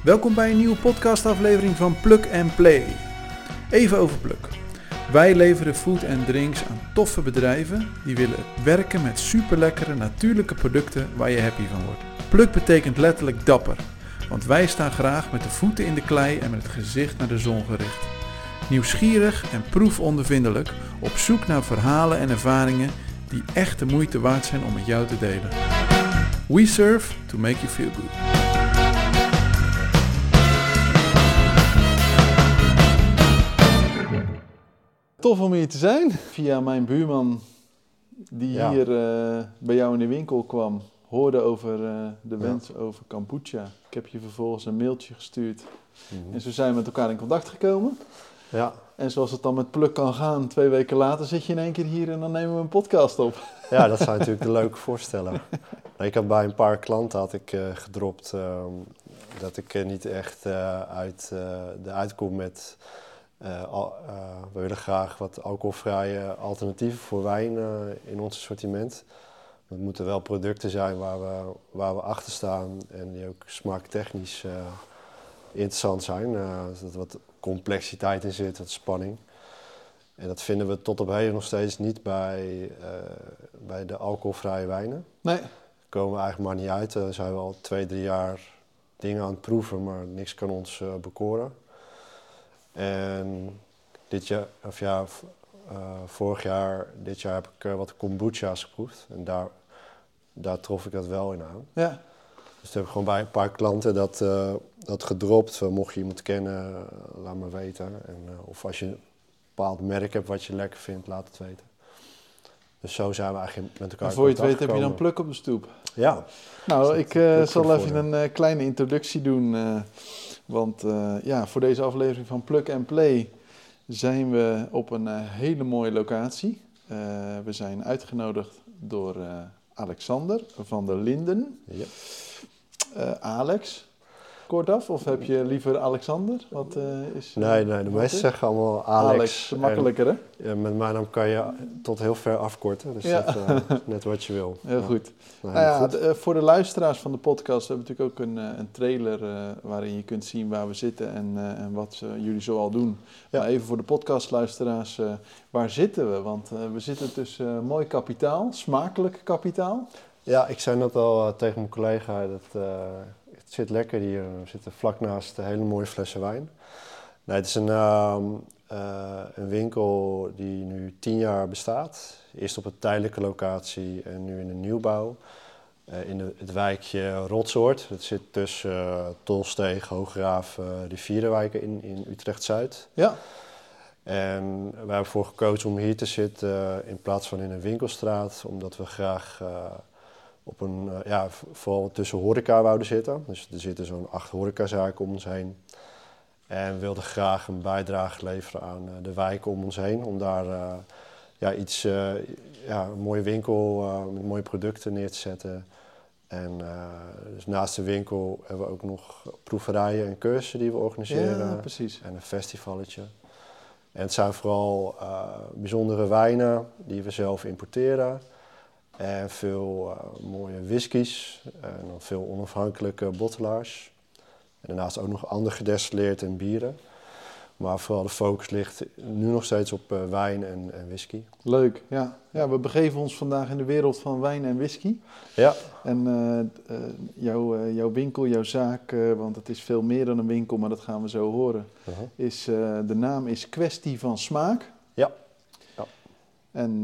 Welkom bij een nieuwe podcastaflevering van Plug and Play. Even over Plug. Wij leveren food en drinks aan toffe bedrijven die willen werken met superlekkere natuurlijke producten waar je happy van wordt. Plug betekent letterlijk dapper, want wij staan graag met de voeten in de klei en met het gezicht naar de zon gericht. Nieuwsgierig en proefondervindelijk op zoek naar verhalen en ervaringen die echt de moeite waard zijn om met jou te delen. We serve to make you feel good. Tof om hier te zijn. Via mijn buurman die hier bij jou in de winkel kwam, hoorde over de wens over kombucha. Ik heb je vervolgens een mailtje gestuurd en zo zijn we met elkaar in contact gekomen. Ja. En zoals het dan met Plug kan gaan, 2 weken later zit je in één keer hier en dan nemen we een podcast op. Ja, dat zijn natuurlijk de leuke voorstellen. Ik had bij een paar klanten gedropt dat ik niet echt uitkom met... we willen graag wat alcoholvrije alternatieven voor wijn in ons assortiment. Het moeten wel producten zijn waar we achter staan en die ook smaaktechnisch interessant zijn. Er zit wat complexiteit in zit, wat spanning. En dat vinden we tot op heden nog steeds niet bij de alcoholvrije wijnen. Nee. Daar komen we eigenlijk maar niet uit. Daar zijn we al 2-3 jaar dingen aan het proeven, maar niks kan ons bekoren. En vorig jaar, dit jaar heb ik wat kombucha's geproefd. En daar trof ik dat wel in aan. Ja. Dus toen heb ik gewoon bij een paar klanten dat gedropt. Mocht je iemand kennen, laat me weten. Of als je een bepaald merk hebt wat je lekker vindt, laat het weten. Dus zo zijn we eigenlijk met elkaar in voor je het contact weet heb je dan gekomen. Plug op de stoep. Ja. Nou, ik zal even een kleine introductie doen. Want voor deze aflevering van Plug and Play zijn we op een hele mooie locatie. We zijn uitgenodigd door Alexander van der Linden. Ja. Alex, kortaf, of heb je liever Alexander? Nee, de meesten zeggen allemaal Alex. Makkelijker hè? Ja, met mijn naam kan je tot heel ver afkorten, dus dat is net wat je wil. Heel goed. Goed. Voor de luisteraars van de podcast hebben we natuurlijk ook een trailer waarin je kunt zien waar we zitten en wat jullie zoal doen. Ja. Maar even voor de podcastluisteraars, waar zitten we? Want we zitten tussen mooi kapitaal, smakelijk kapitaal. Ja, ik zei net al tegen mijn collega, het zit lekker hier. We zitten vlak naast hele mooie flessen wijn. Nee, het is een winkel die nu 10 jaar bestaat. Eerst op een tijdelijke locatie en nu in een nieuwbouw. In het wijkje Rotsoort. Dat zit tussen Tolsteeg, Hooggraaf, Rivierenwijken in Utrecht-Zuid. Ja. En wij hebben ervoor gekozen om hier te zitten in plaats van in een winkelstraat. Omdat we graag vooral tussen horeca wouden zitten. Dus er zitten zo'n 8 horecazaken om ons heen. En we wilden graag een bijdrage leveren aan de wijken om ons heen. Om daar een mooie winkel met mooie producten neer te zetten. En dus naast de winkel hebben we ook nog proeverijen en cursussen die we organiseren. Ja, precies. En een festivalletje. En het zijn vooral bijzondere wijnen die we zelf importeren. En veel mooie whiskies en dan veel onafhankelijke bottelaars. En daarnaast ook nog ander gedestilleerd en bieren. Maar vooral de focus ligt nu nog steeds op wijn en whisky. Leuk, ja. Ja, we begeven ons vandaag in de wereld van wijn en whisky. Ja. En jouw winkel, jouw zaak, want het is veel meer dan een winkel, maar dat gaan we zo horen. De naam is Kwestie van Smaak. Ja. En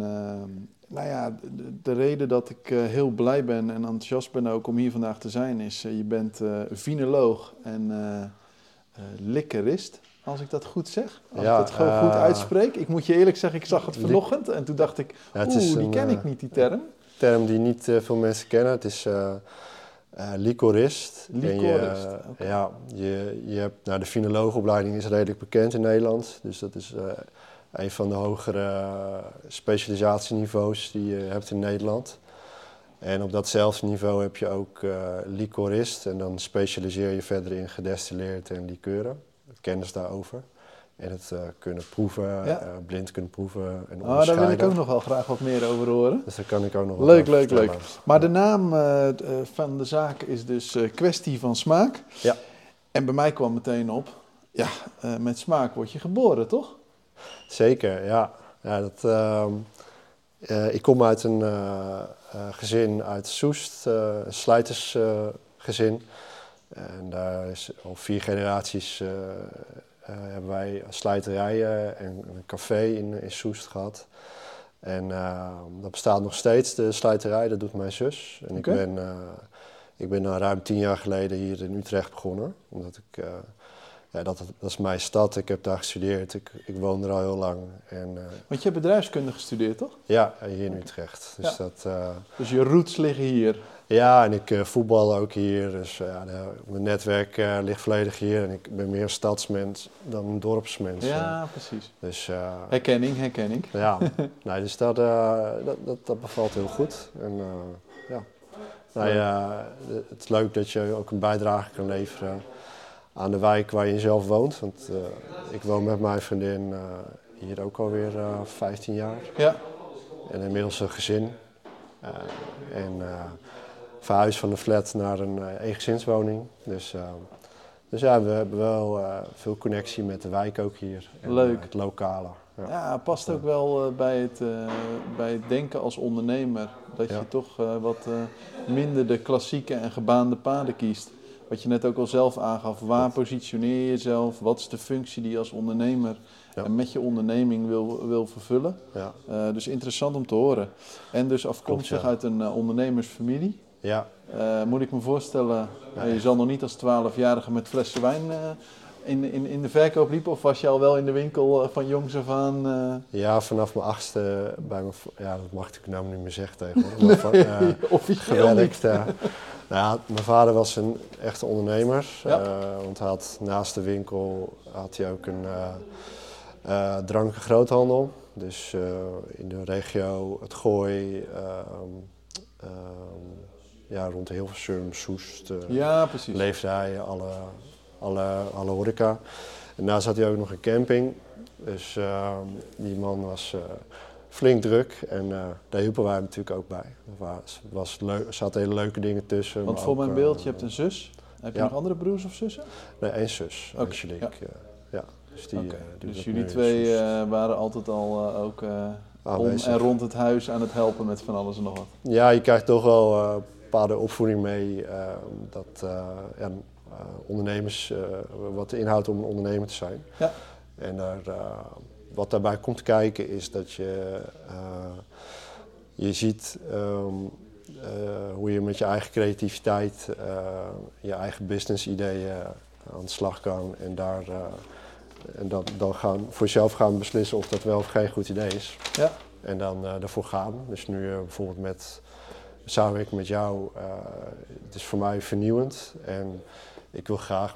de reden dat ik heel blij ben en enthousiast ben ook om hier vandaag te zijn is, je bent vinoloog en likkerist, als ik dat goed zeg. Als ik dat gewoon goed uitspreek. Ik moet je eerlijk zeggen, ik zag het vanochtend en toen dacht ik, die ken ik niet, die term. Term die niet veel mensen kennen. Het is licorist. Licorist, okay. Ja, je hebt, de vinoloogopleiding is redelijk bekend in Nederland. Dus dat is een van de hogere specialisatieniveaus die je hebt in Nederland. En op datzelfde niveau heb je ook licorist. En dan specialiseer je verder in gedestilleerd en likeuren. Kennis daarover. En het kunnen proeven, blind kunnen proeven en onderscheiden. Daar wil ik ook nog wel graag wat meer over horen. Dus daar kan ik ook nog wat leuk. over vertellen. Maar de naam van de zaak is dus Kwestie van Smaak. Ja. En bij mij kwam meteen op, ja, met smaak word je geboren, toch? Zeker, ja. Ik kom uit een gezin uit Soest, een slijtersgezin. En daar is al 4 generaties hebben wij slijterijen en een café in Soest gehad. En dat bestaat nog steeds, de slijterij, dat doet mijn zus. En ik ben ruim 10 jaar geleden hier in Utrecht begonnen. Omdat ik, dat is mijn stad, ik heb daar gestudeerd, ik woon er al heel lang. Want je hebt bedrijfskunde gestudeerd, toch? Ja, hier in Utrecht. Dus, dus je roots liggen hier? Ja, en ik voetbal ook hier. Dus mijn netwerk ligt volledig hier. En ik ben meer een stadsmens dan een dorpsmens. Ja, precies. Dus, herkenning. Ja, nee, dus dat bevalt heel goed. En, het is leuk dat je ook een bijdrage kan leveren aan de wijk waar je zelf woont. Want ik woon met mijn vriendin hier ook alweer 15 jaar. Ja. En inmiddels een gezin. Verhuisd van een flat naar een eengezinswoning. Dus ja, we hebben wel veel connectie met de wijk ook hier. En, leuk. Het lokale. Ja, past ook wel bij het denken als ondernemer. Dat je toch wat minder de klassieke en gebaande paden kiest. Wat je net ook al zelf aangaf. Waar positioneer je jezelf? Wat is de functie die je als ondernemer en met je onderneming wil vervullen? Ja. Dus interessant om te horen. En dus afkomstig uit een ondernemersfamilie. Ja. Moet ik me voorstellen, je zal nog niet als 12-jarige met flessen wijn in de verkoop liepen? Of was je al wel in de winkel van jongs af aan? Ja, vanaf mijn 8e, dat mag ik nou niet meer zeggen tegenwoordig. Officieel gewerkt. Mijn vader was een echte ondernemer. Want hij had naast de winkel ook een drankengroothandel. Dus in de regio Het Gooi, rond Hilversum, Soest, leefde hij alle horeca. En daarnaast had hij ook nog een camping. Dus die man was flink druk en daar hielpen wij hem natuurlijk ook bij. Er zaten hele leuke dingen tussen. Want voor mijn beeld, je hebt een zus. Heb je nog andere broers of zussen? Nee, 1 zus, Angelique. Dus jullie twee waren altijd al ook om en rond het huis aan het helpen met van alles en nog wat? Ja, je krijgt toch wel bepaalde opvoeding mee. Ondernemers, wat de inhoudt om een ondernemer te zijn. Ja. En wat daarbij komt kijken is dat je ziet hoe je met je eigen creativiteit, je eigen business ideeën aan de slag kan. En dan voor jezelf gaan beslissen of dat wel of geen goed idee is. Ja. En dan ervoor gaan. Dus nu bijvoorbeeld met samenwerking met jou, het is voor mij vernieuwend. En ik wil graag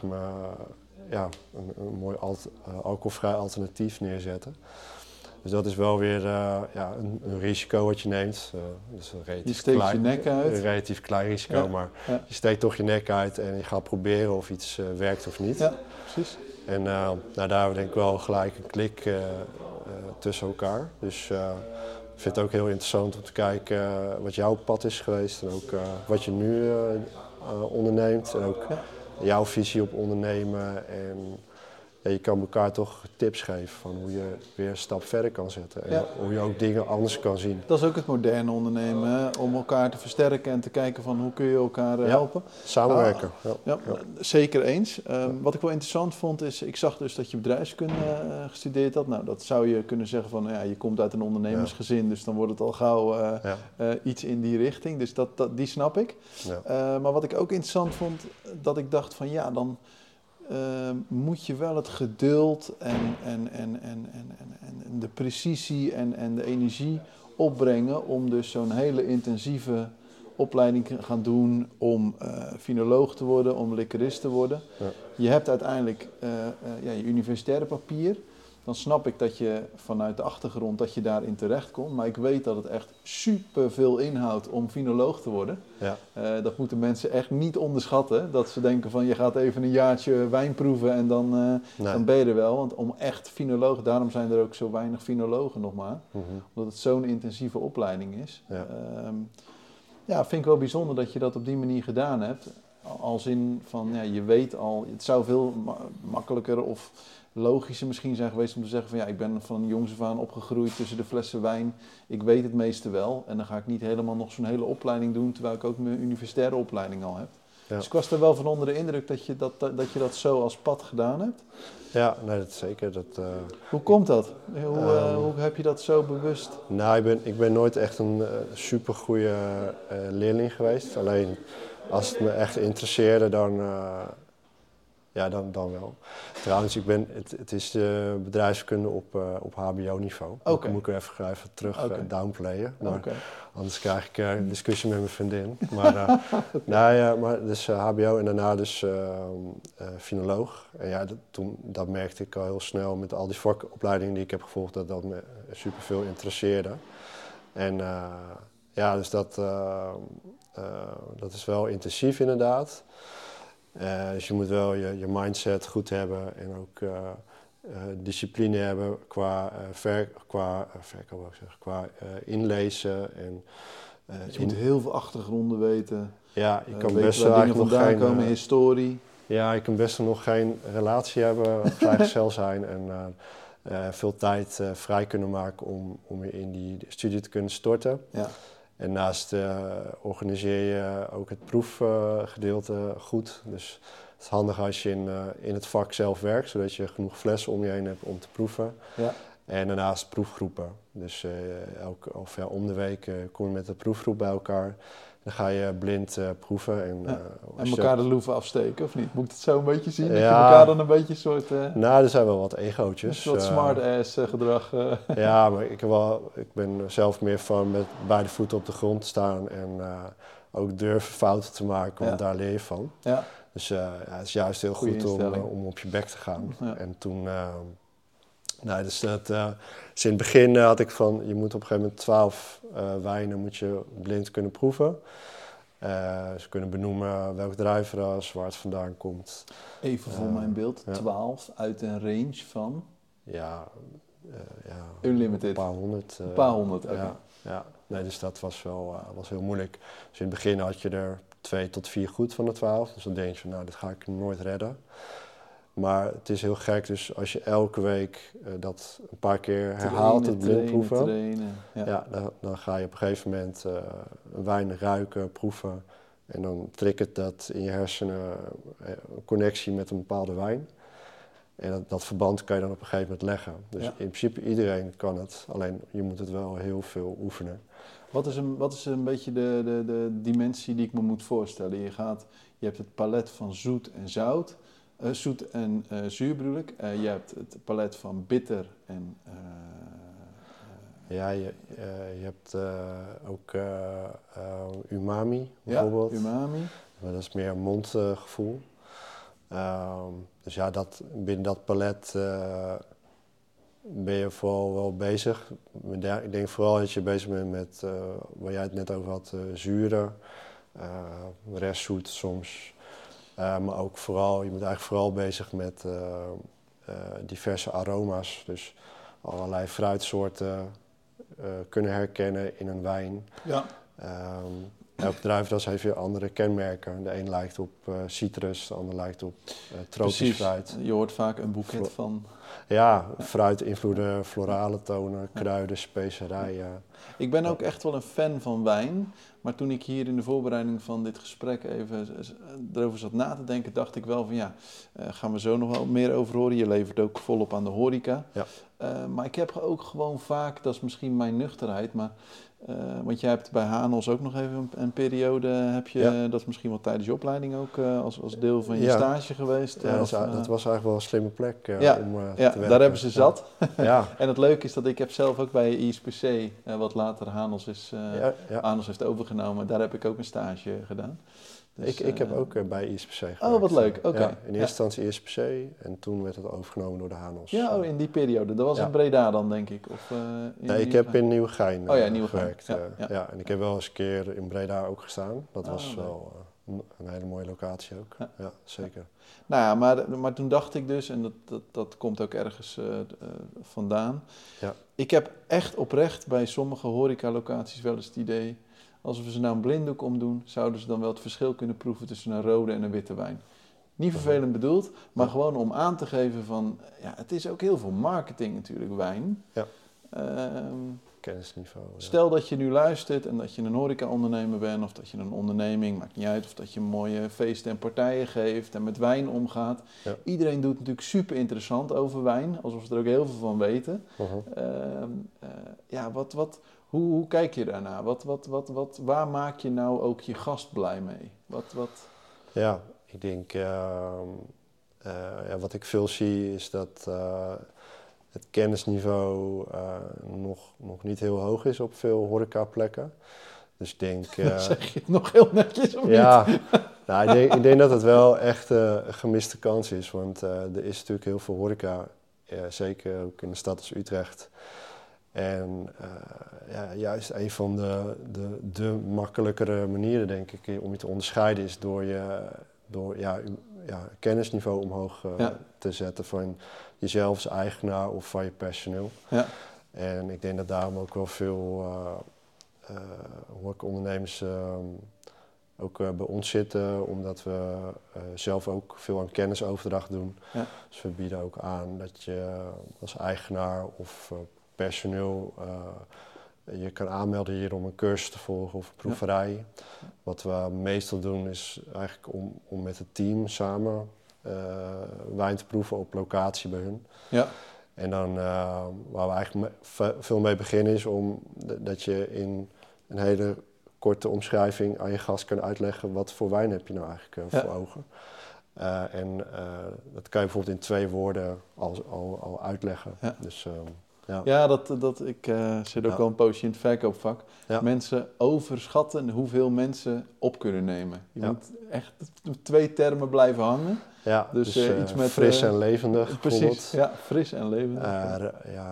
een mooi alcoholvrij alternatief neerzetten. Dus dat is wel weer een risico wat je neemt. Dus je steekt je nek uit. Een relatief klein risico, maar je steekt toch je nek uit en je gaat proberen of iets werkt of niet. Ja, precies. En daar hebben we denk ik wel gelijk een klik tussen elkaar. Dus ik vind het ook heel interessant om te kijken wat jouw pad is geweest en ook wat je nu onderneemt. En ook jouw visie op ondernemen. En je kan elkaar toch tips geven van hoe je weer een stap verder kan zetten. En hoe je ook dingen anders kan zien. Dat is ook het moderne ondernemen, hè? Om elkaar te versterken en te kijken van hoe kun je elkaar helpen. Samenwerken. Zeker eens. Wat ik wel interessant vond is, ik zag dus dat je bedrijfskunde gestudeerd had. Nou, dat zou je kunnen zeggen van, je komt uit een ondernemersgezin, dus dan wordt het al gauw iets in die richting. Dus die snap ik. Ja. Maar wat ik ook interessant vond, dat ik dacht van dan moet je wel het geduld en de precisie en de energie opbrengen om dus zo'n hele intensieve opleiding te gaan doen om finoloog te worden, om liquorist te worden. Ja. Je hebt uiteindelijk je universitaire papier. Dan snap ik dat je vanuit de achtergrond dat je daarin terecht komt. Maar ik weet dat het echt super veel inhoudt om finoloog te worden. Ja. Dat moeten mensen echt niet onderschatten. Dat ze denken van je gaat even een jaartje wijn proeven en dan ben je er wel. Want om echt finoloog, daarom zijn er ook zo weinig finologen nog maar. Mm-hmm. Omdat het zo'n intensieve opleiding is. Ja. Vind ik wel bijzonder dat je dat op die manier gedaan hebt. als in van, ja, je weet al, het zou veel makkelijker of logischer misschien zijn geweest om te zeggen van, ja, ik ben van jongs af aan opgegroeid tussen de flessen wijn. Ik weet het meeste wel en dan ga ik niet helemaal nog zo'n hele opleiding doen, terwijl ik ook mijn universitaire opleiding al heb. Ja. Dus ik was er wel van onder de indruk dat je dat zo als pad gedaan hebt. Ja, nee, dat zeker. Hoe komt dat? Hoe heb je dat zo bewust? Nou, ik ben nooit echt een supergoeie leerling geweest. Alleen als het me echt interesseerde, dan wel. Trouwens, het is de bedrijfskunde op HBO-niveau. Okay. Moet ik even terug downplayen. Maar Okay. anders krijg ik een discussie met mijn vriendin. Maar, maar dus HBO en daarna dus finoloog. En ja, dat merkte ik al heel snel met al die vakopleidingen die ik heb gevolgd, dat me superveel interesseerde. En dus dat is wel intensief inderdaad. Dus je moet wel je mindset goed hebben en ook discipline hebben qua inlezen. En, je moet heel veel achtergronden weten. Ja, ik kan best best wel eigenlijk dingen vandaan komen, historie. Ja, ik kan best nog geen relatie hebben, vrijgezel zijn en veel tijd vrij kunnen maken om weer in die studie te kunnen storten. Ja. En naast organiseer je ook het proefgedeelte goed. Dus het is handig als je in het vak zelf werkt, zodat je genoeg flessen om je heen hebt om te proeven. Ja. En daarnaast proefgroepen. Dus om de week kom je met de proefgroep bij elkaar. Dan ga je blind proeven. En elkaar de loeven afsteken, of niet? Moet ik het zo een beetje zien? Dat je elkaar dan een beetje een soort... Nou, er zijn wel wat egootjes. Wat smart-ass gedrag. Ja, maar ik ben zelf meer van met beide voeten op de grond te staan. En ook durven fouten te maken, want daar leer je van. Ja. Dus het is juist heel goed om op je bek te gaan. Ja. En toen... dus in het begin had ik van, je moet op een gegeven moment 12 wijnen moet je blind kunnen proeven. Ze kunnen benoemen welk druivenras, waar het vandaan komt. Even voor mijn beeld, 12 uit een range van? Unlimited? Een paar honderd. Een paar honderd, oké. Ja. Nee, dus dat was heel moeilijk. Dus in het begin had je er 2 tot 4 goed van de 12. Dus dan denk je van, nou, dit ga ik nooit redden. Maar het is heel gek, dus als je elke week dat een paar keer herhaalt, het blindproeven, dan ga je op een gegeven moment een wijn ruiken, proeven. En dan triggert dat in je hersenen een connectie met een bepaalde wijn. En dat verband kan je dan op een gegeven moment leggen. Dus in principe iedereen kan het, alleen je moet het wel heel veel oefenen. Wat is een beetje de dimensie die ik me moet voorstellen? Je hebt het palet van zoet en zout. Zoet en zuur bedoel ik. Je hebt het palet van bitter en... je hebt ook umami bijvoorbeeld. Ja, umami. Maar dat is meer een mondgevoel. Dus binnen dat palet ben je vooral wel bezig. Ik denk vooral dat je bezig bent met, waar jij het net over had, zuren, restzoet soms. Maar ook vooral, je bent eigenlijk vooral bezig met diverse aroma's. Dus allerlei fruitsoorten kunnen herkennen in een wijn. Ja. Elk druivenras heeft weer andere kenmerken. De een lijkt op citrus, de ander lijkt op tropisch fruit. Je hoort vaak een boeket van... Ja, fruitinvloeden, florale tonen, kruiden, specerijen. Ik ben ook echt wel een fan van wijn. Maar toen ik hier in de voorbereiding van dit gesprek even erover zat na te denken, dacht ik wel van gaan we zo nog wel meer over horen. Je levert ook volop aan de horeca. Ja. Maar ik heb ook gewoon vaak, dat is misschien mijn nuchterheid, maar... want jij hebt bij Hanos ook nog even een periode, dat is misschien wel tijdens je opleiding ook als deel van je stage geweest? Ja, dat was eigenlijk wel een slimme plek om te werken. Daar hebben ze zat. Ja. En het leuke is dat ik heb zelf ook bij ISPC, wat later Hanos is, Hanos heeft overgenomen, daar heb ik ook een stage gedaan. Dus, ik heb ook bij ISPC gewerkt. Oh, wat leuk. Oké. Ja, in eerste instantie ISPC en toen werd het overgenomen door de Hanos. Ja, in die periode. Dat was in Breda dan, denk ik? Of, nee, ik heb in Nieuwegein gewerkt. Ja. En ik heb wel eens een keer in Breda ook gestaan. Dat was wel een hele mooie locatie ook. Ja, zeker. Nou ja, maar toen dacht ik dus, en dat komt ook ergens vandaan. Ja. Ik heb echt oprecht bij sommige horecalocaties wel eens het idee... als we ze nou een blinddoek omdoen, zouden ze dan wel het verschil kunnen proeven tussen een rode en een witte wijn. Niet vervelend bedoeld, maar gewoon om aan te geven van, ja, het is ook heel veel marketing natuurlijk, wijn. Ja. Kennisniveau. Ja. Stel dat je nu luistert en dat je een horeca-ondernemer bent of dat je een onderneming, maakt niet uit, of dat je mooie feesten en partijen geeft en met wijn omgaat. Ja. Iedereen doet natuurlijk super interessant over wijn, alsof ze er ook heel veel van weten. Hoe kijk je daarna? Waar maak je nou ook je gast blij mee? Ja, ik denk, wat ik veel zie is dat het kennisniveau nog niet heel hoog is op veel horecaplekken. Dus ik denk... zeg je het nog heel netjes of ja, niet? Nou, ik denk dat het wel echt een gemiste kans is. Want er is natuurlijk heel veel horeca, zeker ook in een stad als Utrecht. En juist een van de makkelijkere manieren, denk ik, om je te onderscheiden is door kennisniveau omhoog te zetten van jezelf als eigenaar of van je personeel. Ja. En ik denk dat daarom ook wel veel horecaondernemers ook bij ons zitten, omdat we zelf ook veel aan kennisoverdracht doen. Ja. Dus we bieden ook aan dat je als eigenaar of personeel je kan aanmelden hier om een cursus te volgen of een proeverij. Ja. Wat we meestal doen is eigenlijk om met het team samen wijn te proeven op locatie bij hun. Ja. En dan waar we eigenlijk veel mee beginnen is dat je in een hele korte omschrijving aan je gast kan uitleggen wat voor wijn heb je nou eigenlijk voor ogen. Dat kan je bijvoorbeeld in 2 woorden al uitleggen. Ja. Dus, ik zit ook al een poosje in het verkoopvak. Ja. Mensen overschatten hoeveel mensen op kunnen nemen. Je moet echt 2 termen blijven hangen. Ja, dus iets met fris en levendig. Precies, ja, fris en levendig.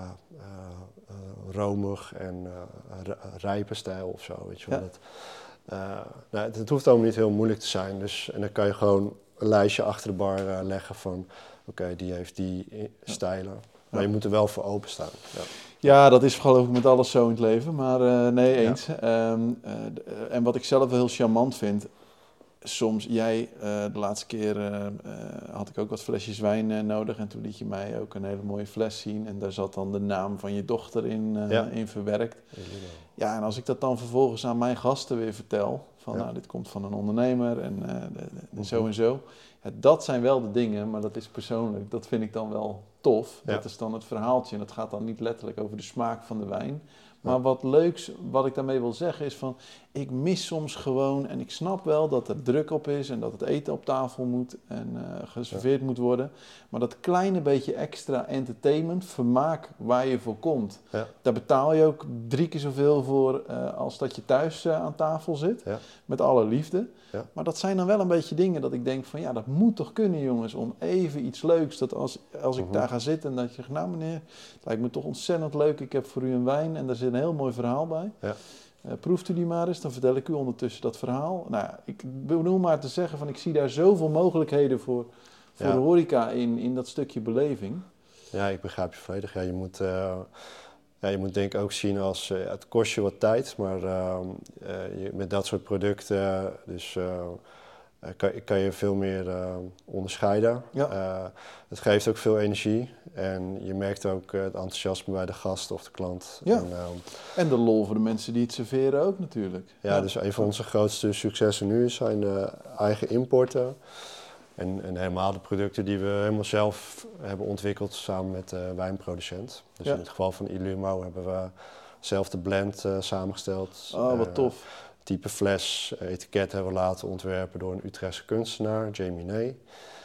Romig en rijpe stijl of zo, weet je wel. Ja. Het hoeft allemaal niet heel moeilijk te zijn. Dus, en dan kan je gewoon een lijstje achter de bar leggen van, oké, die heeft die stijlen. Maar je moet er wel voor openstaan. Ja. Ja, dat is geloof ik met alles zo in het leven, maar nee, eens. Ja. En wat ik zelf wel heel charmant vind, soms de laatste keer had ik ook wat flesjes wijn nodig en toen liet je mij ook een hele mooie fles zien en daar zat dan de naam van je dochter in verwerkt. Ja, en als ik dat dan vervolgens aan mijn gasten weer vertel, van nou, dit komt van een ondernemer en zo en zo. Ja, dat zijn wel de dingen, maar dat is persoonlijk, dat vind ik dan wel tof. Ja. Dat is dan het verhaaltje en dat gaat dan niet letterlijk over de smaak van de wijn. Maar wat leuks, wat ik daarmee wil zeggen is van, ik mis soms gewoon, en ik snap wel dat er druk op is en dat het eten op tafel moet en geserveerd moet worden. Maar dat kleine beetje extra entertainment, vermaak waar je voor komt, daar betaal je ook 3 keer zoveel voor als dat je thuis aan tafel zit. Ja. Met alle liefde. Ja. Maar dat zijn dan wel een beetje dingen dat ik denk van, ja, dat moet toch kunnen jongens, om even iets leuks, dat als ik daar ga zitten en dat je zegt, nou meneer, het lijkt me toch ontzettend leuk, ik heb voor u een wijn en daar zit een heel mooi verhaal bij. Ja. Proeft u die maar eens, dan vertel ik u ondertussen dat verhaal. Nou, ik bedoel maar te zeggen van, ik zie daar zoveel mogelijkheden voor de horeca in dat stukje beleving. Ja, ik begrijp je volledig. Ja, je moet denk ik ook zien als, het kost je wat tijd, maar met dat soort producten kan je veel meer onderscheiden. Ja. Het geeft ook veel energie en je merkt ook het enthousiasme bij de gast of de klant. Ja. En de lol voor de mensen die het serveren ook natuurlijk. Ja, dus een van onze grootste successen nu zijn de eigen importen. En helemaal de producten die we helemaal zelf hebben ontwikkeld samen met de wijnproducent. Dus in het geval van Illumau hebben we zelf de blend samengesteld. Oh, wat tof. Type fles, etiket hebben we laten ontwerpen door een Utrechtse kunstenaar, Jamie Ney.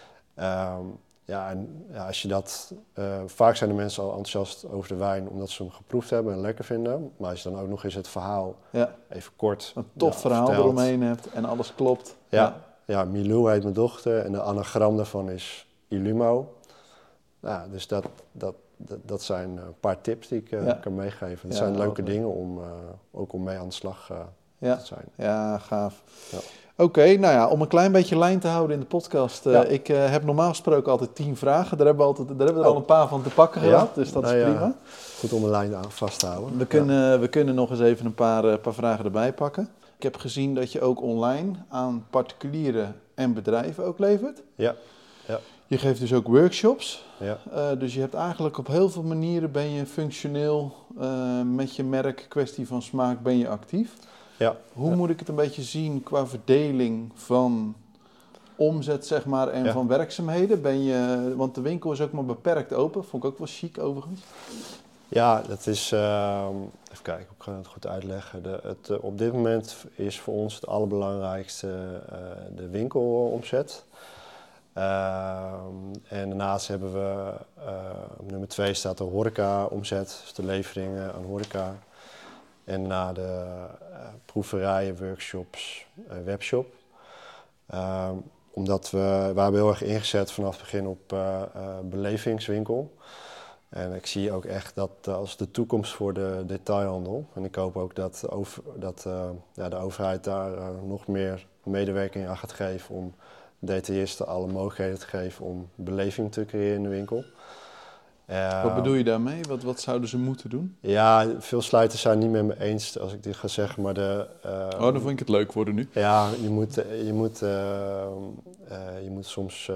Als je dat... vaak zijn de mensen al enthousiast over de wijn omdat ze hem geproefd hebben en lekker vinden. Maar als je dan ook nog eens het verhaal even kort een tof verhaal vertelt, eromheen hebt en alles klopt. Ja, Milou heet mijn dochter en de anagram daarvan is Illumau. Nou, dus dat zijn een paar tips die ik kan meegeven. Het zijn leuke dingen om mee aan de slag te zijn. Ja, gaaf. Ja. Oké, nou ja, om een klein beetje lijn te houden in de podcast. Ik heb normaal gesproken altijd 10 vragen. Daar hebben we er al een paar van te pakken gehad, dus dat is prima. Goed om de lijn vast te houden. We kunnen nog eens even een paar vragen erbij pakken. Ik heb gezien dat je ook online aan particulieren en bedrijven ook levert. Ja. Je geeft dus ook workshops. Ja. Dus je hebt eigenlijk op heel veel manieren ben je functioneel met je merk, kwestie van smaak, ben je actief. Ja. Hoe moet ik het een beetje zien qua verdeling van omzet, zeg maar, en van werkzaamheden? Want de winkel is ook maar beperkt open. Vond ik ook wel chic overigens. Ja, dat is, even kijken, ik ga het goed uitleggen. Op dit moment is voor ons het allerbelangrijkste de winkelomzet. En daarnaast hebben we, op nummer 2 staat de horeca-omzet, dus de leveringen aan horeca. En na de proeverijen, workshops, webshop. Omdat we hebben heel erg ingezet vanaf het begin op belevingswinkel. En ik zie ook echt dat als de toekomst voor de detailhandel. En ik hoop ook dat de overheid daar nog meer medewerking aan gaat geven om detailisten alle mogelijkheden te geven om beleving te creëren in de winkel. Wat bedoel je daarmee? Wat zouden ze moeten doen? Ja, veel sluiters zijn het niet met me eens als ik dit ga zeggen, maar dan vind ik het leuk worden nu. Ja, je moet soms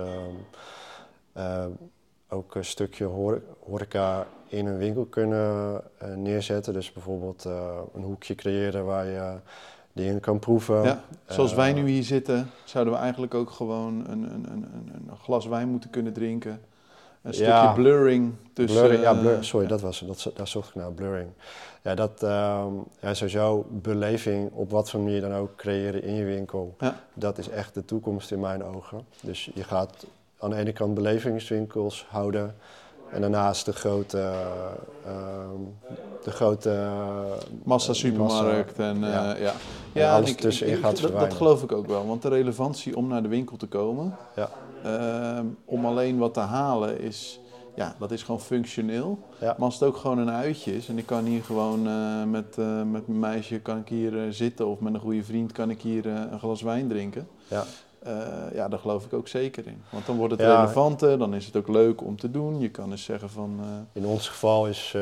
ook een stukje horeca in een winkel kunnen neerzetten. Dus bijvoorbeeld een hoekje creëren waar je dingen kan proeven. Ja, zoals wij nu hier zitten, zouden we eigenlijk ook gewoon een glas wijn moeten kunnen drinken. Een stukje blurring tussen... Sorry, dat was het. Daar zocht ik naar, blurring. Ja, sowieso beleving op wat voor manier dan ook creëren in je winkel. Ja. Dat is echt de toekomst in mijn ogen. Dus je gaat aan de ene kant belevingswinkels houden en daarnaast de grote massa supermarkt en alles tussenin gaat verdwijnen. Dat geloof ik ook wel, want de relevantie om naar de winkel te komen, om alleen wat te halen is, dat is gewoon functioneel. Ja. Maar als het ook gewoon een uitje is en ik kan hier gewoon met mijn meisje kan ik hier zitten of met een goede vriend kan ik hier een glas wijn drinken. Ja. Daar geloof ik ook zeker in. Want dan wordt het relevanter, dan is het ook leuk om te doen. Je kan eens zeggen van... In ons geval is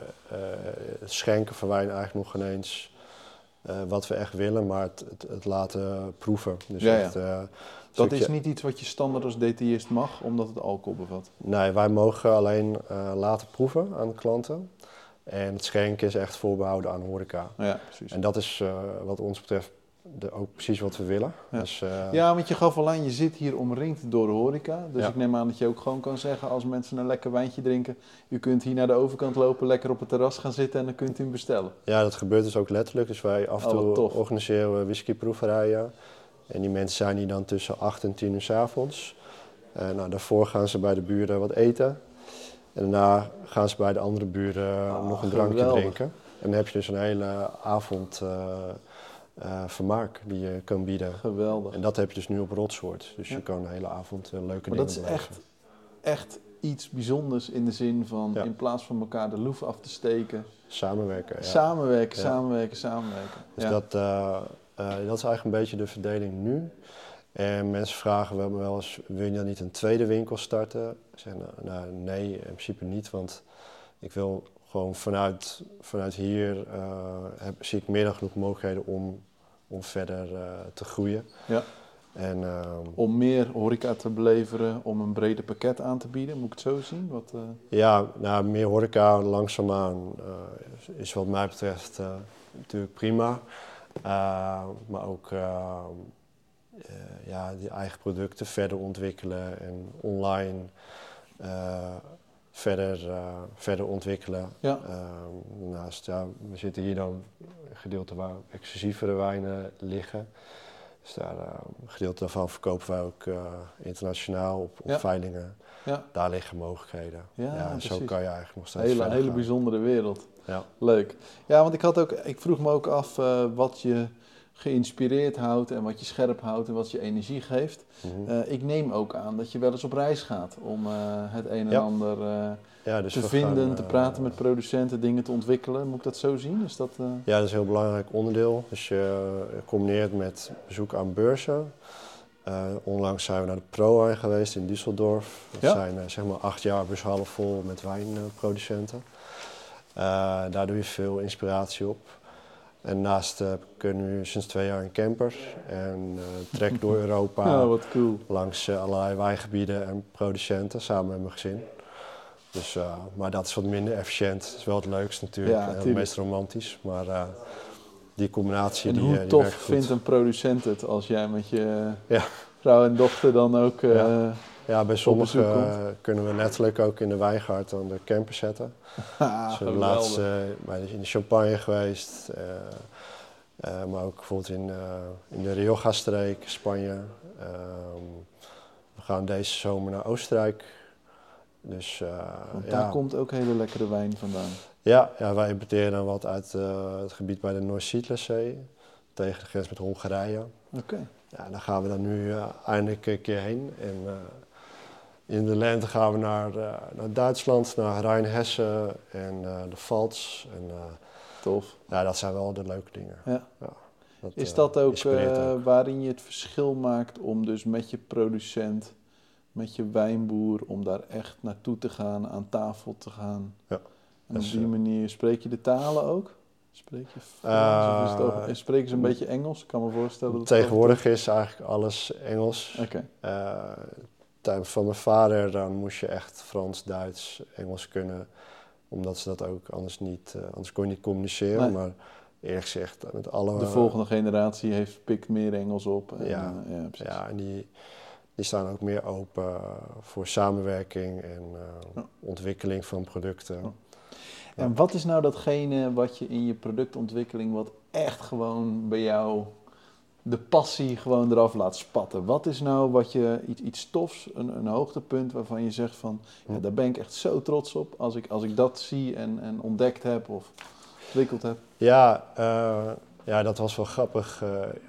het schenken van wijn eigenlijk nog geen eens wat we echt willen, maar het laten proeven. Dus dat is niet iets wat je standaard als detailist mag, omdat het alcohol bevat? Nee, wij mogen alleen laten proeven aan de klanten. En het schenken is echt voorbehouden aan horeca. Ja, precies. En dat is wat ons betreft ook precies wat we willen. Ja. Dus, want je gaf al aan, je zit hier omringd door de horeca. Dus ik neem aan dat je ook gewoon kan zeggen, als mensen een lekker wijntje drinken, u kunt hier naar de overkant lopen, lekker op het terras gaan zitten en dan kunt u hem bestellen. Ja, dat gebeurt dus ook letterlijk. Dus wij af en toe organiseren we whiskyproeverijen. En die mensen zijn hier dan tussen 8 en 10 uur 's avonds. Daarvoor gaan ze bij de buren wat eten. En daarna gaan ze bij de andere buren nog een drankje drinken. En dan heb je dus een hele avond vermaak die je kan bieden. Geweldig. En dat heb je dus nu op Rotsoort. Dus je kan de hele avond leuke dingen beleven. Dat is echt iets bijzonders in de zin van in plaats van elkaar de loef af te steken. Samenwerken. Ja. Samenwerken. Dus dat is eigenlijk een beetje de verdeling nu. En mensen vragen wel eens, wil je dan niet een tweede winkel starten? Ik zeg, nee, in principe niet, want ik wil gewoon vanuit hier zie ik meer dan genoeg mogelijkheden om verder te groeien. Ja. En, om meer horeca te beleveren, om een breder pakket aan te bieden, moet ik het zo zien? Meer horeca langzaamaan is wat mij betreft natuurlijk prima. Maar ook die eigen producten verder ontwikkelen en online verder ontwikkelen. Ja. We zitten hier dan een gedeelte waar exclusievere wijnen liggen. Dus daar een gedeelte daarvan verkopen wij ook internationaal op veilingen. Ja. Daar liggen mogelijkheden. Zo kan je eigenlijk nog steeds een hele bijzondere wereld. Ja. Leuk. Ja, want ik vroeg me ook af wat je geïnspireerd houdt en wat je scherp houdt en wat je energie geeft. Mm-hmm. Ik neem ook aan dat je wel eens op reis gaat om het een en ander dus te vinden, te praten met producenten, dingen te ontwikkelen. Moet ik dat zo zien? Is dat, Ja, dat is een heel belangrijk onderdeel. Dus je combineert met bezoek aan beurzen. Onlangs zijn we naar de ProWein geweest in Düsseldorf. Dat zijn 8 jaar bushallen vol met wijnproducenten. Daar doe je veel inspiratie op. En naast heb ik nu sinds 2 jaar een camper en trek door Europa Oh, wat cool. langs allerlei wijngebieden en producenten samen met mijn gezin. Dus, maar dat is wat minder efficiënt. Dat is wel het leukst natuurlijk, Ja, het meest romantisch. Maar die combinatie En die hoe die tof werkt goed. vindt een producent het als jij met je Ja. vrouw en dochter dan ook... Ja, bij bezoek sommigen kunnen we letterlijk ook in de wijngaard aan de camper zetten. Ah, Dus we geweldig. laatst in de Champagne geweest, maar ook bijvoorbeeld in de Rioja-streek, Spanje. We gaan deze zomer naar Oostenrijk. Dus, Want daar komt ook hele lekkere wijn vandaan. Ja, wij importeren dan wat uit het gebied bij de Noord-Zuidleeszee, tegen de grens met Hongarije. Oké. Ja, daar gaan we dan nu eindelijk een keer heen. En in de lente gaan we naar Duitsland, naar Rijn-Hessen en de Pfalz. En, Tof. ja, dat zijn wel de leuke dingen. Ja. Dat, Is dat ook, inspireert ook. waarin je het verschil maakt om dus met je producent, met je wijnboer, om daar echt naartoe te gaan, aan tafel te gaan? Ja. En op Dus, die manier, spreek je de talen ook? Spreek je Frans of is het ook, spreken ze een beetje Engels? Ik kan me voorstellen dat Tegenwoordig is eigenlijk alles Engels. Oké. Tijd van mijn vader, dan moest je echt Frans, Duits, Engels kunnen. Omdat ze dat ook anders niet, anders kon je niet communiceren. Nee. Maar eerlijk gezegd, met alle... De volgende generatie pikt meer Engels op. En, Ja, precies. ja, en die staan ook meer open voor samenwerking en ontwikkeling van producten. Ja. En wat is nou datgene wat je in je productontwikkeling, wat echt gewoon bij jou de passie gewoon eraf laat spatten? Wat is nou wat je iets tofs, een hoogtepunt waarvan je zegt van, ja, daar ben ik echt zo trots op als ik dat zie en ontdekt heb of ontwikkeld heb? Ja, dat was wel grappig.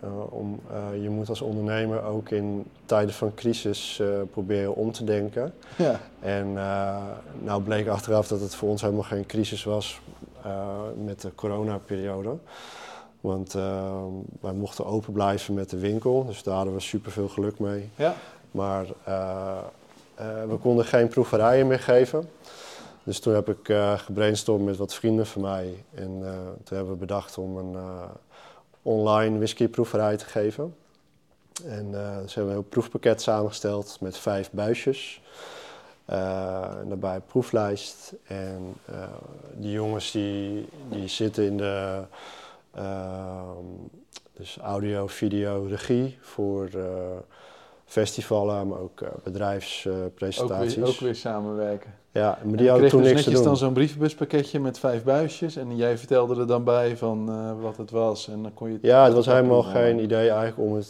Je moet als ondernemer ook in tijden van crisis proberen om te denken. Ja. En nou bleek achteraf dat het voor ons helemaal geen crisis was met de coronaperiode. Want wij mochten open blijven met de winkel, dus daar hadden we superveel geluk mee. Ja. Maar we konden geen proeverijen meer geven. Dus toen heb ik gebrainstormd met wat vrienden van mij. En toen hebben we bedacht om een online whiskyproeverij te geven. En dus hebben we een heel proefpakket samengesteld met 5 buisjes. En daarbij een proeflijst. En die jongens die zitten in de dus audio, video, regie voor festivalen, maar ook bedrijfspresentaties. Ook weer samenwerken. Ja, maar die hadden toen dus niks te netjes doen. dan zo'n brievenbuspakketje met 5 buisjes en jij vertelde er dan bij van wat het was en dan kon je het... Ja, het was helemaal geen idee eigenlijk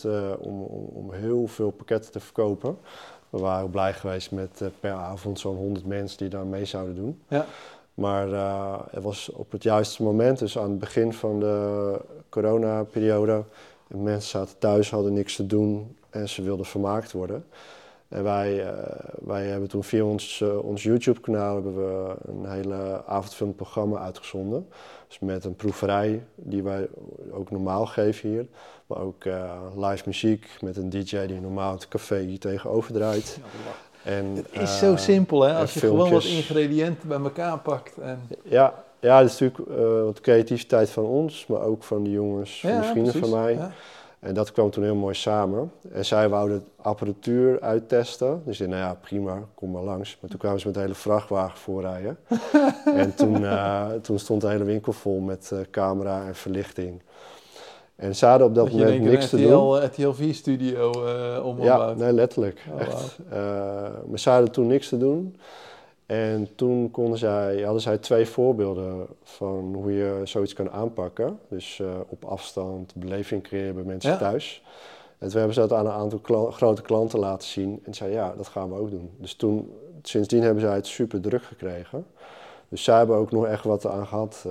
om heel veel pakketten te verkopen. We waren blij geweest met per avond zo'n 100 mensen die daar mee zouden doen. Ja. Maar het was op het juiste moment, dus aan het begin van de coronaperiode. Mensen zaten thuis, hadden niks te doen en ze wilden vermaakt worden. En wij hebben toen via ons YouTube-kanaal hebben we een hele avondvullend programma uitgezonden. Dus met een proeverij die wij ook normaal geven hier. Maar ook live muziek met een DJ die normaal het café hier tegenover draait. En, het is zo simpel, hè? Als je gewoon wat filmpjes. ingrediënten bij elkaar pakt. En... Ja, dat is natuurlijk wat creativiteit van ons, maar ook van de jongens, van de vrienden precies. van mij. Ja. En dat kwam toen heel mooi samen. En zij wouden de apparatuur uittesten. Dus ik zei, nou ja, prima, kom maar langs. Maar toen kwamen ze met een hele vrachtwagen voorrijden. En toen stond de hele winkel vol met camera en verlichting. En ze hadden op dat moment niks te doen. RTL 4-studio ombouwd. Ja, nee, letterlijk. Oh, echt. Maar ze hadden toen niks te doen. En toen hadden zij 2 voorbeelden van hoe je zoiets kan aanpakken. Dus op afstand, beleving creëren bij mensen thuis. En toen hebben ze dat aan een aantal grote klanten laten zien. En zeiden, ja, dat gaan we ook doen. Dus sindsdien hebben zij het super druk gekregen. Dus zij hebben ook nog echt wat aan gehad.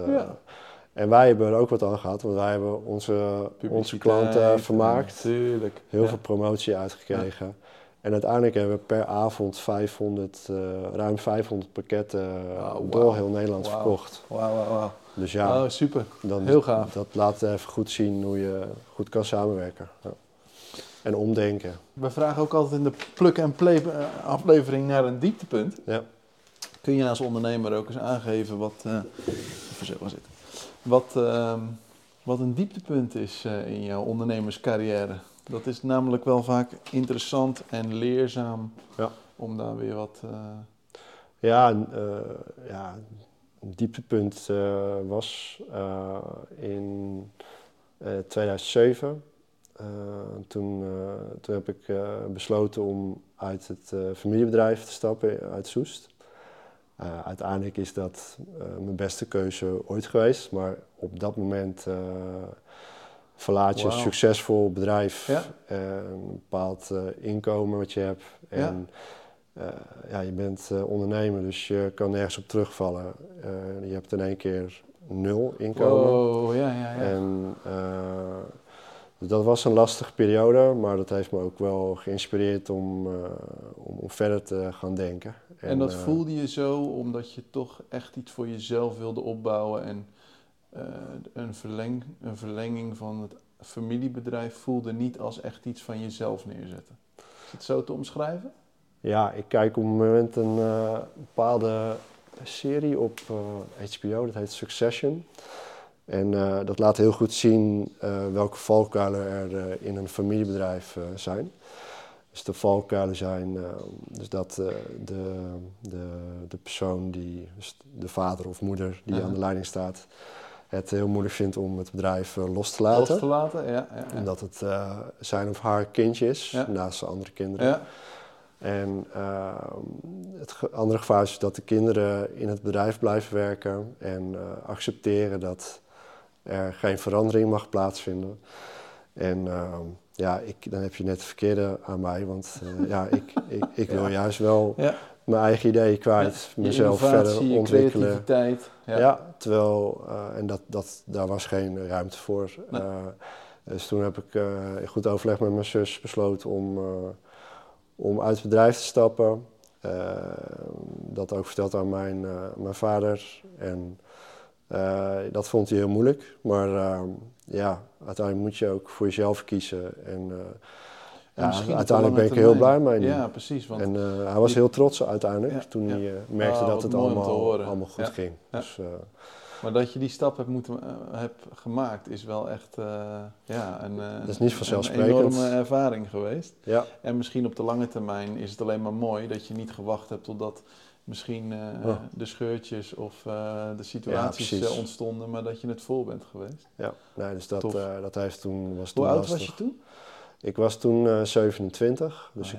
En wij hebben er ook wat aan gehad, want wij hebben onze klanten vermaakt. Tuurlijk. Heel veel promotie uitgekregen. Ja. En uiteindelijk hebben we per avond ruim 500 pakketten door heel Nederland verkocht. Wauw. Dus ja, super. Heel gaaf. Dat laat even goed zien hoe je goed kan samenwerken. Ja. En omdenken. We vragen ook altijd in de plug-and-play aflevering naar een dieptepunt. Ja. Kun je als ondernemer ook eens aangeven wat wat een dieptepunt is in jouw ondernemerscarrière. Dat is namelijk wel vaak interessant en leerzaam om daar weer wat... Ja, een dieptepunt was in 2007. Toen heb ik besloten om uit het familiebedrijf te stappen, uit Soest. Uiteindelijk is dat mijn beste keuze ooit geweest, maar op dat moment verlaat je een succesvol bedrijf, een bepaald inkomen wat je hebt. En je bent ondernemer, dus je kan nergens op terugvallen. Je hebt in één keer 0 inkomen. Wow, ja. En dat was een lastige periode, maar dat heeft me ook wel geïnspireerd om verder te gaan denken. En dat voelde je zo omdat je toch echt iets voor jezelf wilde opbouwen en een verlenging van het familiebedrijf voelde niet als echt iets van jezelf neerzetten. Is het zo te omschrijven? Ja, ik kijk op het moment een bepaalde serie op HBO, dat heet Succession. En dat laat heel goed zien welke valkuilen er in een familiebedrijf zijn. Dus de valkuilen zijn dus dat de persoon, dus de vader of moeder die aan de leiding staat, het heel moeilijk vindt om het bedrijf los te laten. Los te laten, ja. En dat het zijn of haar kindje is, naast de andere kinderen. Ja. En het andere gevaar is dat de kinderen in het bedrijf blijven werken en accepteren dat er geen verandering mag plaatsvinden. En dan heb je net het verkeerde aan mij, want ik wil juist wel mijn eigen ideeën kwijt, mezelf verder ontwikkelen. Creativiteit. Terwijl, daar was geen ruimte voor. Nee. Dus toen heb ik in goed overleg met mijn zus besloten om uit het bedrijf te stappen. Dat ook verteld aan mijn vader. En dat vond hij heel moeilijk. Maar uiteindelijk moet je ook voor jezelf kiezen. En uiteindelijk ben ik er heel blij mee. Ja, precies. Want en hij was heel trots uiteindelijk toen hij merkte dat het allemaal goed ging. Ja. Dus, maar dat je die stap hebt gemaakt is wel echt dat is niet vanzelfsprekend. Een enorme ervaring geweest. Ja. En misschien op de lange termijn is het alleen maar mooi dat je niet gewacht hebt totdat misschien de scheurtjes of de situaties ontstonden, maar dat je het vol bent geweest. Ja, nee, dus dat heeft toen... Hoe oud was je toen? Ik was toen 27, dus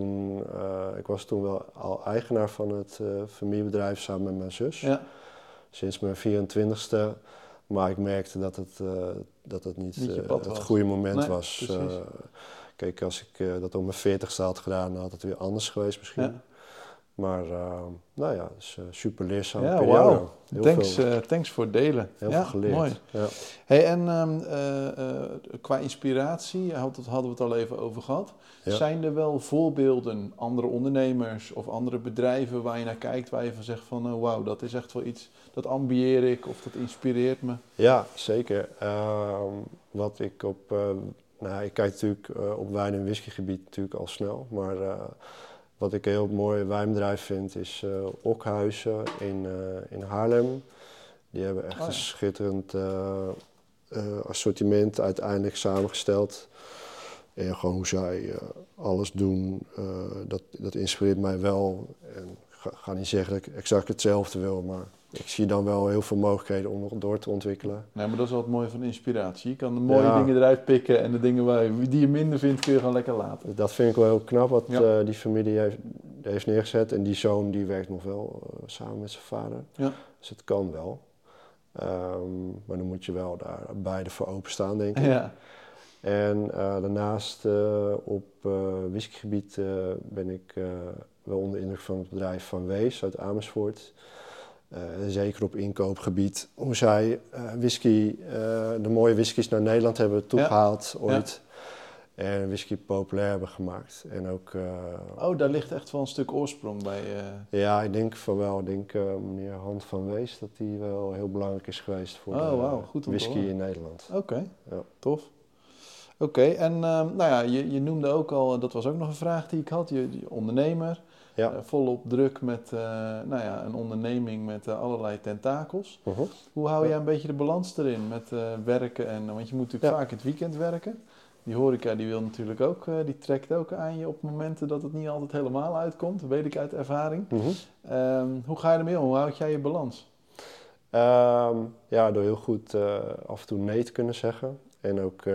ik was toen wel al eigenaar van het familiebedrijf samen met mijn zus. Ja. Sinds mijn 24ste, maar ik merkte dat het niet het goede moment was. Kijk, als ik dat op mijn 40ste had gedaan, dan had het weer anders geweest misschien. Ja. Maar dus super leerzame periode. Wow. Thanks voor het delen. Heel veel geleerd. Mooi. Ja. Hey, en qua inspiratie, hadden we het al even over gehad. Ja. Zijn er wel voorbeelden, andere ondernemers of andere bedrijven waar je naar kijkt, waar je van zegt van wauw, dat is echt wel iets, dat ambieer ik of dat inspireert me? Ja, zeker. Wat ik ik kijk natuurlijk op wijn- en whiskygebied natuurlijk al snel, maar wat ik een heel mooi wijnbedrijf vind is Okhuizen in Haarlem. Die hebben echt een schitterend assortiment uiteindelijk samengesteld. En gewoon hoe zij alles doen, dat inspireert mij wel. En ik ga niet zeggen dat ik exact hetzelfde wil, maar ik zie dan wel heel veel mogelijkheden om nog door te ontwikkelen. Nee, maar dat is wel het mooie van inspiratie. Je kan de mooie dingen eruit pikken en de dingen die je minder vindt kun je gewoon lekker laten. Dat vind ik wel heel knap wat die familie heeft neergezet. En die zoon die werkt nog wel samen met zijn vader. Ja. Dus het kan wel. Maar dan moet je wel daar beide voor openstaan, denk ik. Ja. En daarnaast op whiskygebied ben ik wel onder de indruk van het bedrijf Van Wees uit Amersfoort. Zeker op inkoopgebied. Hoe zij de mooie whiskies naar Nederland hebben toegehaald ooit. Ja. En whisky populair hebben gemaakt. En ook, daar ligt echt wel een stuk oorsprong bij. Ja, ik denk van wel. Ik denk meneer Hans van Wees dat die wel heel belangrijk is geweest voor goed whisky in Nederland. Oké, tof. Oké, en nou ja, je noemde ook al, dat was ook nog een vraag die ik had, je ondernemer, Ja. volop druk met nou ja, een onderneming met allerlei tentakels. Mhm. Hoe hou jij een beetje de balans erin met werken en, want je moet natuurlijk vaak het weekend werken. Die horeca die wil natuurlijk ook, die trekt ook aan je op momenten dat het niet altijd helemaal uitkomt, dat weet ik uit ervaring. Mhm. Hoe ga je ermee om? Hoe houd jij je balans? Ja, door heel goed af en toe nee te kunnen zeggen. En ook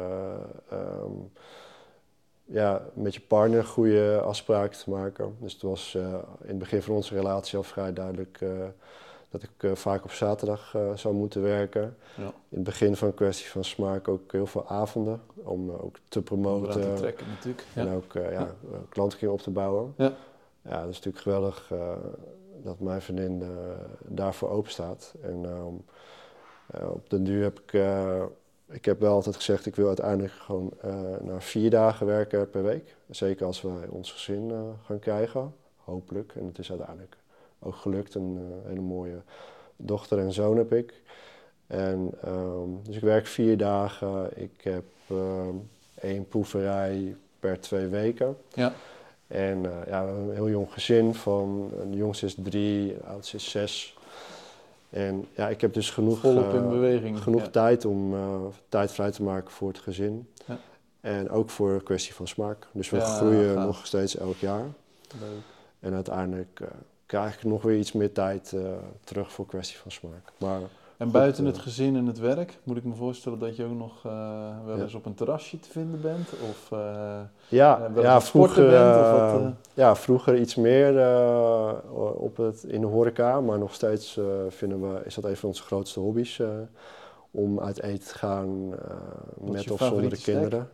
ja, met je partner goede afspraken te maken. Dus het was in het begin van onze relatie al vrij duidelijk dat ik vaak op zaterdag zou moeten werken. Ja. In het begin van Kwestie van Smaak ook heel veel avonden om ook te promoten. Om eraan te trekken natuurlijk. En ook klantenkring op te bouwen. Ja, dat is natuurlijk geweldig dat mijn vriendin daarvoor open staat. En op den duur heb ik heb wel altijd gezegd, ik wil uiteindelijk gewoon naar 4 dagen werken per week. Zeker als wij ons gezin gaan krijgen, hopelijk. En het is uiteindelijk ook gelukt. Een hele mooie dochter en zoon heb ik. En, dus ik werk 4 dagen. Ik heb 1 proeverij per 2 weken. Ja. En ja, we hebben een heel jong gezin van, de jongste is 3, de oudste is 6. En ja, ik heb dus genoeg tijd om tijd vrij te maken voor het gezin. Ja. En ook voor Kwestie van Smaak. Dus we groeien nog steeds elk jaar. Leuk. En uiteindelijk krijg ik nog weer iets meer tijd terug voor Kwestie van Smaak. Maar en buiten het gezin en het werk, moet ik me voorstellen dat je ook nog wel eens op een terrasje te vinden bent? Of vroeger, bent, of wat, ja, vroeger iets meer in de horeca, maar nog steeds is dat een van onze grootste hobby's. Om uit eten te gaan met of zonder de kinderen.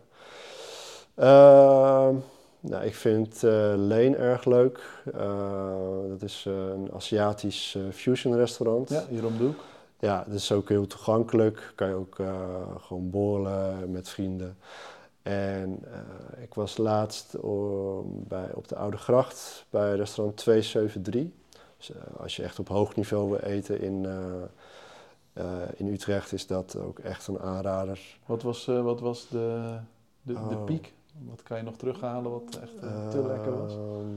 Nou, ik vind Leen erg leuk. Dat is een Aziatisch fusion restaurant. Ja, hier om de hoek. Ja, dat is ook heel toegankelijk. Kan je ook gewoon borrelen met vrienden. En ik was laatst op de Oude Gracht bij restaurant 273. Dus, als je echt op hoog niveau wil eten in Utrecht is dat ook echt een aanrader. Wat was de piek? Wat kan je nog terughalen wat echt te lekker was?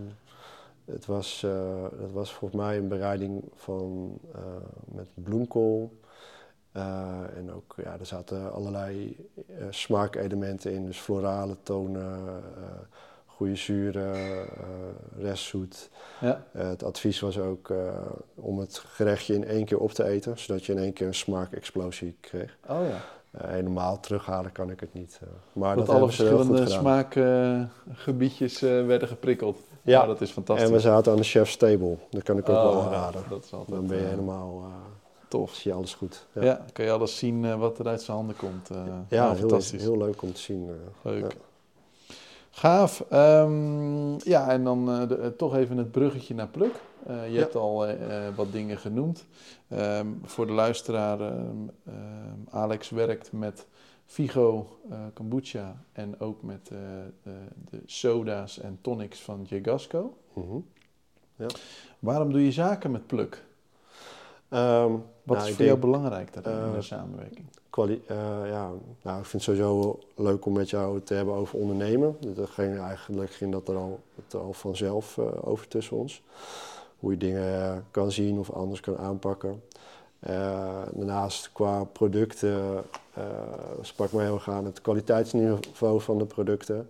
Dat was volgens mij een bereiding met bloemkool. En ook, ja, er zaten allerlei smaakelementen in. Dus florale tonen, goede zuren, restzoet. Ja. Het advies was ook om het gerechtje in 1 keer op te eten. Zodat je in 1 keer een smaakexplosie kreeg. Oh ja. Helemaal terughalen kan ik het niet. Maar dat alle verschillende smaakgebiedjes werden geprikkeld. Ja, oh, dat is fantastisch. En we zaten aan de chef's table. Dat kan ik ook wel aanraden. Dat is altijd, dan ben je helemaal tof. Zie je alles goed. Ja, kan je alles zien wat er uit zijn handen komt. Fantastisch. Heel leuk om te zien. Leuk. Ja. Gaaf. Ja, en dan toch even het bruggetje naar Pluk. Je hebt al wat dingen genoemd. Voor de luisteraar, Alex werkt met Vigo Kombucha en ook met de soda's en tonics van Jegasco. Mm-hmm. Ja. Waarom doe je zaken met Pluk? Wat is voor jou belangrijk daarin in de samenwerking? Ik vind het sowieso leuk om met jou te hebben over ondernemen. Eigenlijk ging dat er al vanzelf over tussen ons. Hoe je dingen kan zien of anders kan aanpakken. Daarnaast qua producten sprak mij heel erg aan het kwaliteitsniveau van de producten.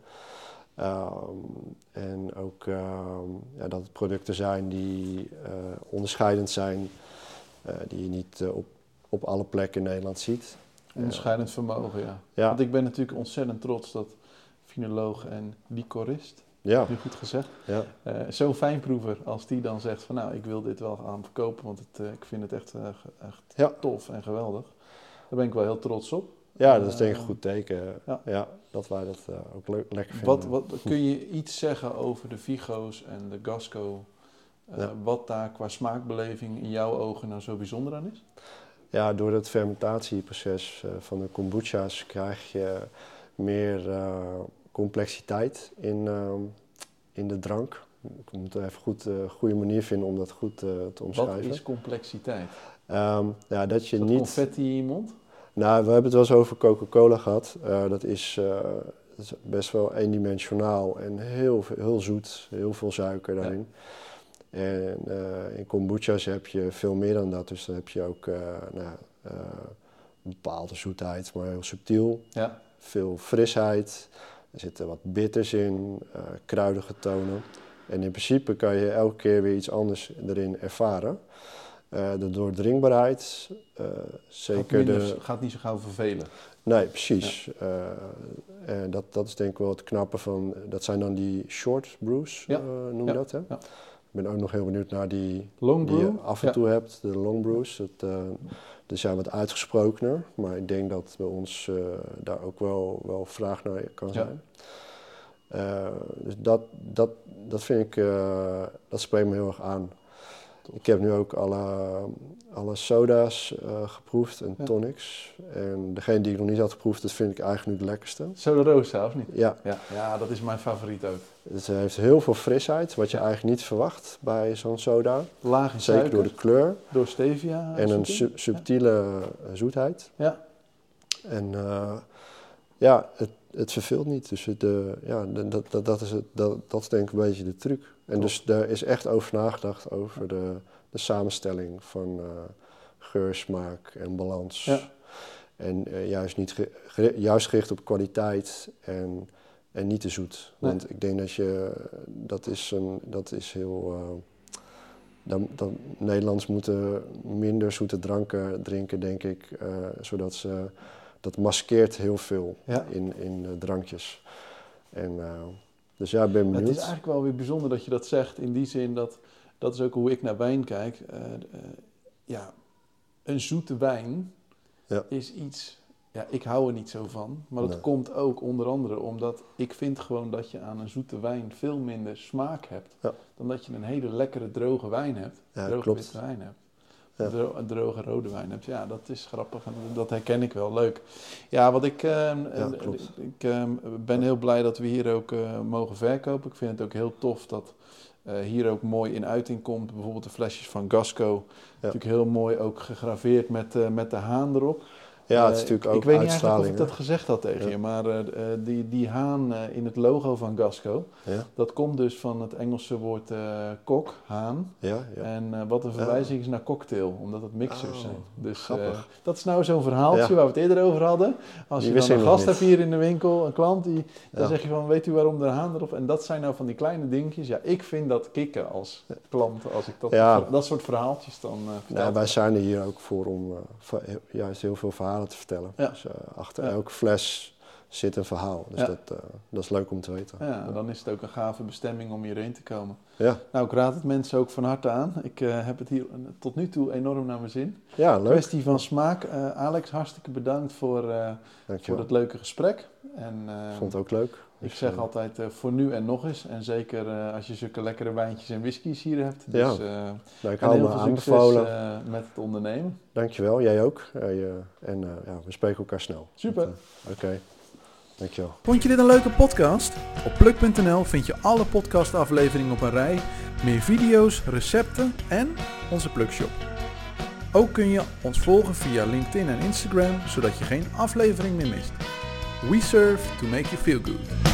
En ook dat het producten zijn die onderscheidend zijn, die je niet op alle plekken in Nederland ziet. Onderscheidend vermogen, ja. Want ik ben natuurlijk ontzettend trots dat finoloog en licorist, nu goed gezegd, zo'n fijnproever als die dan zegt van nou, ik wil dit wel gaan verkopen, want ik vind het echt tof en geweldig. Daar ben ik wel heel trots op. Ja, dat is denk ik een goed teken. Ja, dat wij dat ook lekker vinden. Kun je iets zeggen over de Vigo's en de Gasco? Wat daar qua smaakbeleving in jouw ogen nou zo bijzonder aan is? Ja, door het fermentatieproces van de kombucha's krijg je meer complexiteit in de drank. Ik moet even een goede manier vinden om dat goed te omschrijven. Wat is complexiteit? Dat je is dat niet... confetti in je mond? Nou, we hebben het wel eens over Coca-Cola gehad. Dat is best wel eendimensionaal en heel zoet, heel veel suiker daarin. Ja. En in kombucha's heb je veel meer dan dat, dus dan heb je ook een bepaalde zoetheid, maar heel subtiel. Ja. Veel frisheid, er zitten wat bitters in, kruidige tonen. En in principe kan je elke keer weer iets anders erin ervaren. De doordringbaarheid, zeker gaat niet zo gauw vervelen. Nee, precies. Ja. En dat is denk ik wel het knappe van, dat zijn dan die short brews, noem je dat, hè? Ja. Ik ben ook nog heel benieuwd naar die je af en toe hebt, de long brews. Die zijn wat uitgesprokener, maar ik denk dat bij ons daar ook wel vraag naar kan zijn. Dus dat vind ik, dat spreekt me heel erg aan. Ik heb nu ook alle soda's geproefd en tonics. En degene die ik nog niet had geproefd, dat vind ik eigenlijk nu de lekkerste. Soda Rosa, of niet? Ja. Ja, dat is mijn favoriet ook. Het heeft heel veel frisheid, wat je eigenlijk niet verwacht bij zo'n soda. Laag in zeker suiker. Door de kleur. Door stevia. En een subtiele zoetheid. Ja. En het verveelt niet. Dus dat is denk ik een beetje de truc. En dus daar is echt over nagedacht over de samenstelling van geur, smaak en balans. Ja. En juist gericht op kwaliteit en niet te zoet. Nee. Want ik denk dat is heel... Nederlands moeten minder zoete dranken drinken, denk ik. Zodat ze... Dat maskeert heel veel in drankjes. En, dus ja, ik ben benieuwd. Het is eigenlijk wel weer bijzonder dat je dat zegt. In die zin dat is ook hoe ik naar wijn kijk. Een zoete wijn is iets... Ja, ik hou er niet zo van. Maar dat komt ook onder andere omdat ik vind gewoon dat je aan een zoete wijn veel minder smaak hebt. Ja. Dan dat je een hele lekkere droge wijn hebt. Ja, droge klopt. witte wijn hebt. Een droge rode wijn hebt. Ja, dat is grappig en dat herken ik wel. Leuk. Ja, wat ik ben heel blij dat we hier ook mogen verkopen. Ik vind het ook heel tof dat hier ook mooi in uiting komt. Bijvoorbeeld de flesjes van Gasco. Natuurlijk heel mooi ook gegraveerd met de haan erop. Ja, het is natuurlijk ook ik weet niet eigenlijk of ik dat gezegd had tegen je, maar die haan in het logo van Gasco, dat komt dus van het Engelse woord kok, haan. Ja. En wat een verwijzing is naar cocktail, omdat het mixers zijn. Dus dat is nou zo'n verhaaltje waar we het eerder over hadden. Als je dan een gast hebt hier in de winkel, een klant, dan zeg je van, weet u waarom de haan erop? En dat zijn nou van die kleine dingetjes. Ja, ik vind dat kicken als klant, als ik dat soort verhaaltjes dan vertel. Ja, wij zijn er hier ook voor om juist heel veel verhalen te vertellen. Ja. Dus achter elke fles zit een verhaal. Dus dat is leuk om te weten. Ja, dan is het ook een gave bestemming om hierheen te komen. Ja. Nou, ik raad het mensen ook van harte aan. Ik heb het hier tot nu toe enorm naar mijn zin. Ja, leuk. Kwestie van smaak. Alex, hartstikke bedankt voor het leuke gesprek. En, ik vond het ook leuk. Ik zeg altijd voor nu en nog eens. En zeker als je zulke lekkere wijntjes en whiskies hier hebt. Dus, ik hou me aanbevolen. Met het ondernemen. Dankjewel, jij ook. We spreken elkaar snel. Super. Oké. Dankjewel. Vond je dit een leuke podcast? Op pluk.nl vind je alle podcastafleveringen op een rij, meer video's, recepten en onze Pluk-shop. Ook kun je ons volgen via LinkedIn en Instagram, zodat je geen aflevering meer mist. We serve to make you feel good.